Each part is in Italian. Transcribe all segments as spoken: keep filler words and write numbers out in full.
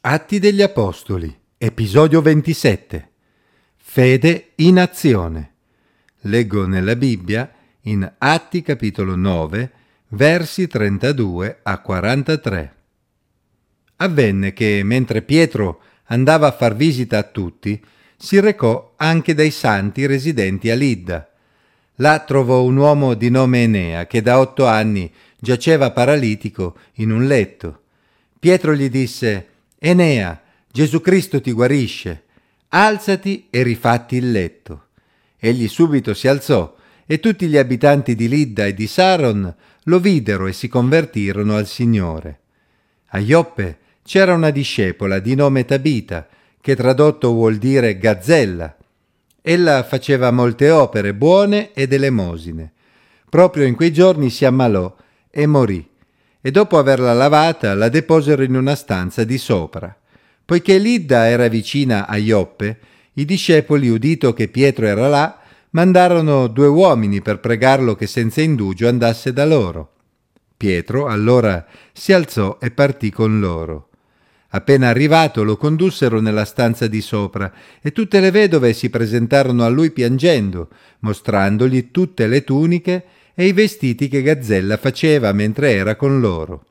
Atti degli Apostoli, episodio ventisette. Fede in azione. Leggo nella Bibbia in Atti capitolo nove, versi trentadue a quarantatré. Avvenne che, mentre Pietro andava a far visita a tutti, si recò anche dai santi residenti a Lidda. Là trovò un uomo di nome Enea che da otto anni giaceva paralitico in un letto. Pietro gli disse: Enea, Gesù Cristo ti guarisce, alzati e rifatti il letto. Egli subito si alzò e tutti gli abitanti di Lidda e di Saron lo videro e si convertirono al Signore. A Ioppe c'era una discepola di nome Tabita, che tradotto vuol dire gazzella. Ella faceva molte opere buone ed elemosine. Proprio in quei giorni si ammalò e morì, e dopo averla lavata la deposero in una stanza di sopra. Poiché Lidda era vicina a Ioppe, i discepoli, udito che Pietro era là, mandarono due uomini per pregarlo che senza indugio andasse da loro. Pietro allora si alzò e partì con loro. Appena arrivato lo condussero nella stanza di sopra e tutte le vedove si presentarono a lui piangendo, mostrandogli tutte le tuniche e i vestiti che Gazzella faceva mentre era con loro.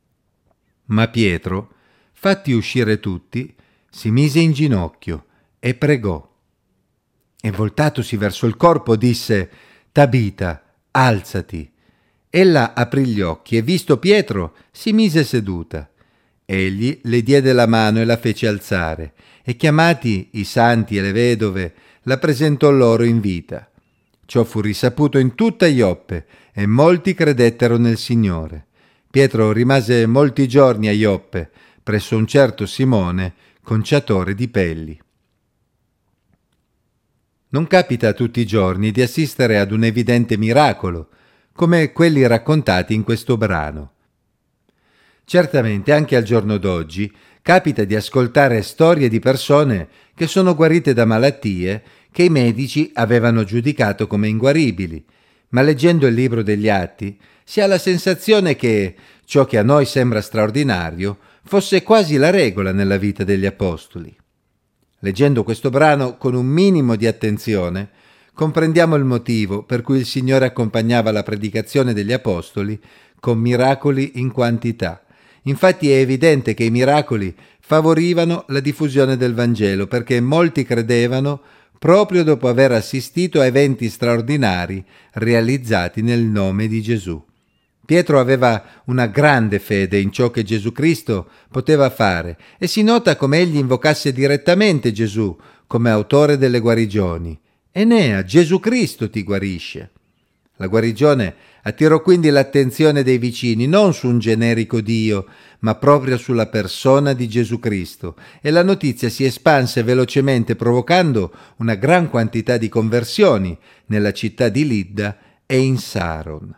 Ma Pietro, fatti uscire tutti, si mise in ginocchio e pregò. E voltatosi verso il corpo disse: Tabita, alzati. Ella aprì gli occhi e, visto Pietro, si mise seduta. Egli le diede la mano e la fece alzare, e chiamati i santi e le vedove, la presentò loro in vita. Ciò fu risaputo in tutta Ioppe, e molti credettero nel Signore. Pietro rimase molti giorni a Ioppe, presso un certo Simone, conciatore di pelli. Non capita tutti i giorni di assistere ad un evidente miracolo, come quelli raccontati in questo brano. Certamente anche al giorno d'oggi capita di ascoltare storie di persone che sono guarite da malattie che i medici avevano giudicato come inguaribili, ma leggendo il libro degli Atti si ha la sensazione che ciò che a noi sembra straordinario fosse quasi la regola nella vita degli apostoli. Leggendo questo brano con un minimo di attenzione, comprendiamo il motivo per cui il Signore accompagnava la predicazione degli apostoli con miracoli in quantità. Infatti è evidente che i miracoli favorivano la diffusione del Vangelo, perché molti credevano proprio dopo aver assistito a eventi straordinari realizzati nel nome di Gesù. Pietro aveva una grande fede in ciò che Gesù Cristo poteva fare e si nota come egli invocasse direttamente Gesù come autore delle guarigioni. Enea, Gesù Cristo ti guarisce. La guarigione attirò quindi l'attenzione dei vicini non su un generico Dio, ma proprio sulla persona di Gesù Cristo, e la notizia si espanse velocemente provocando una gran quantità di conversioni nella città di Lidda e in Saron.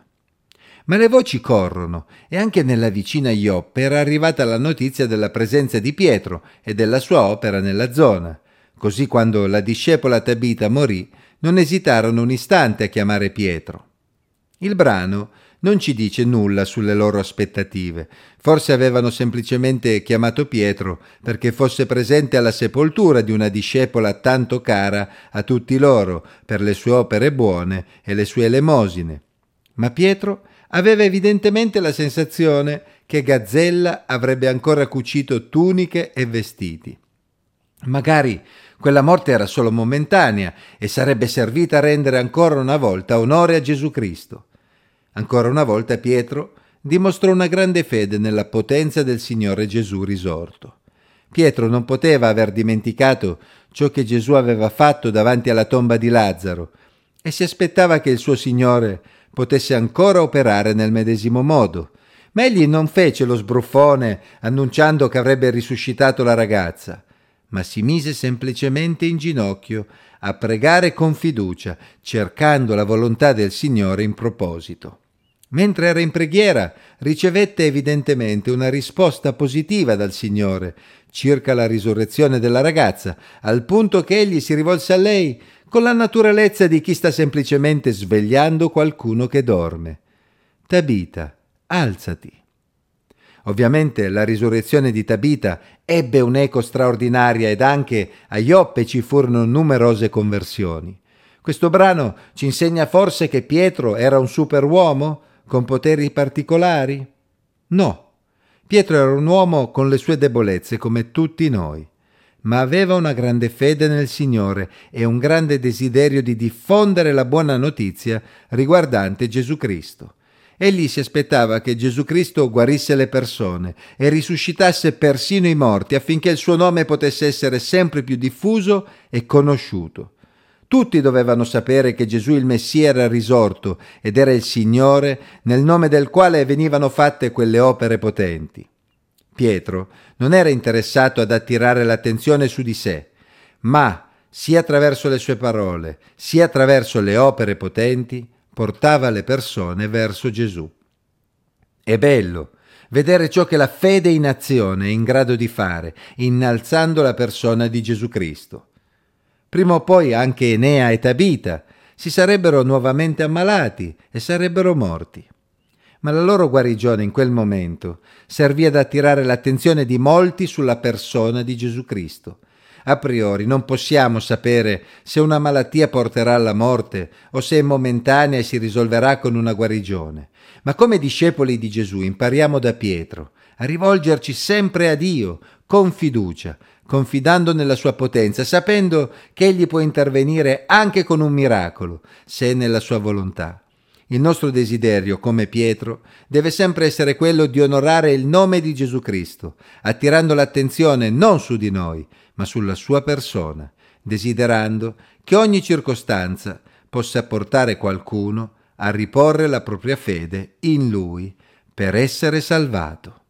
Ma le voci corrono e anche nella vicina Ioppe era arrivata la notizia della presenza di Pietro e della sua opera nella zona. Così quando la discepola Tabita morì, non esitarono un istante a chiamare Pietro. Il brano non ci dice nulla sulle loro aspettative. Forse avevano semplicemente chiamato Pietro perché fosse presente alla sepoltura di una discepola tanto cara a tutti loro per le sue opere buone e le sue elemosine. Ma Pietro aveva evidentemente la sensazione che Gazzella avrebbe ancora cucito tuniche e vestiti. Magari quella morte era solo momentanea e sarebbe servita a rendere ancora una volta onore a Gesù Cristo. Ancora una volta Pietro dimostrò una grande fede nella potenza del Signore Gesù risorto. Pietro non poteva aver dimenticato ciò che Gesù aveva fatto davanti alla tomba di Lazzaro e si aspettava che il suo Signore potesse ancora operare nel medesimo modo. Ma egli non fece lo sbruffone annunciando che avrebbe risuscitato la ragazza, ma si mise semplicemente in ginocchio a pregare con fiducia, cercando la volontà del Signore in proposito. Mentre era in preghiera, ricevette evidentemente una risposta positiva dal Signore circa la risurrezione della ragazza, al punto che egli si rivolse a lei con la naturalezza di chi sta semplicemente svegliando qualcuno che dorme. Tabita, alzati. Ovviamente la risurrezione di Tabita ebbe un'eco straordinaria ed anche a Ioppe ci furono numerose conversioni. Questo brano ci insegna forse che Pietro era un superuomo con poteri particolari? No, Pietro era un uomo con le sue debolezze come tutti noi, ma aveva una grande fede nel Signore e un grande desiderio di diffondere la buona notizia riguardante Gesù Cristo. Egli si aspettava che Gesù Cristo guarisse le persone e risuscitasse persino i morti affinché il suo nome potesse essere sempre più diffuso e conosciuto. Tutti dovevano sapere che Gesù il Messia era risorto ed era il Signore nel nome del quale venivano fatte quelle opere potenti. Pietro non era interessato ad attirare l'attenzione su di sé, ma sia attraverso le sue parole, sia attraverso le opere potenti, portava le persone verso Gesù. È bello vedere ciò che la fede in azione è in grado di fare, innalzando la persona di Gesù Cristo. Prima o poi anche Enea e Tabita si sarebbero nuovamente ammalati e sarebbero morti. Ma la loro guarigione in quel momento servì ad attirare l'attenzione di molti sulla persona di Gesù Cristo. A priori non possiamo sapere se una malattia porterà alla morte o se è momentanea e si risolverà con una guarigione. Ma come discepoli di Gesù impariamo da Pietro a rivolgerci sempre a Dio con fiducia, confidando nella sua potenza, sapendo che Egli può intervenire anche con un miracolo, se è nella sua volontà. Il nostro desiderio, come Pietro, deve sempre essere quello di onorare il nome di Gesù Cristo, attirando l'attenzione non su di noi, ma sulla sua persona, desiderando che ogni circostanza possa portare qualcuno a riporre la propria fede in Lui per essere salvato.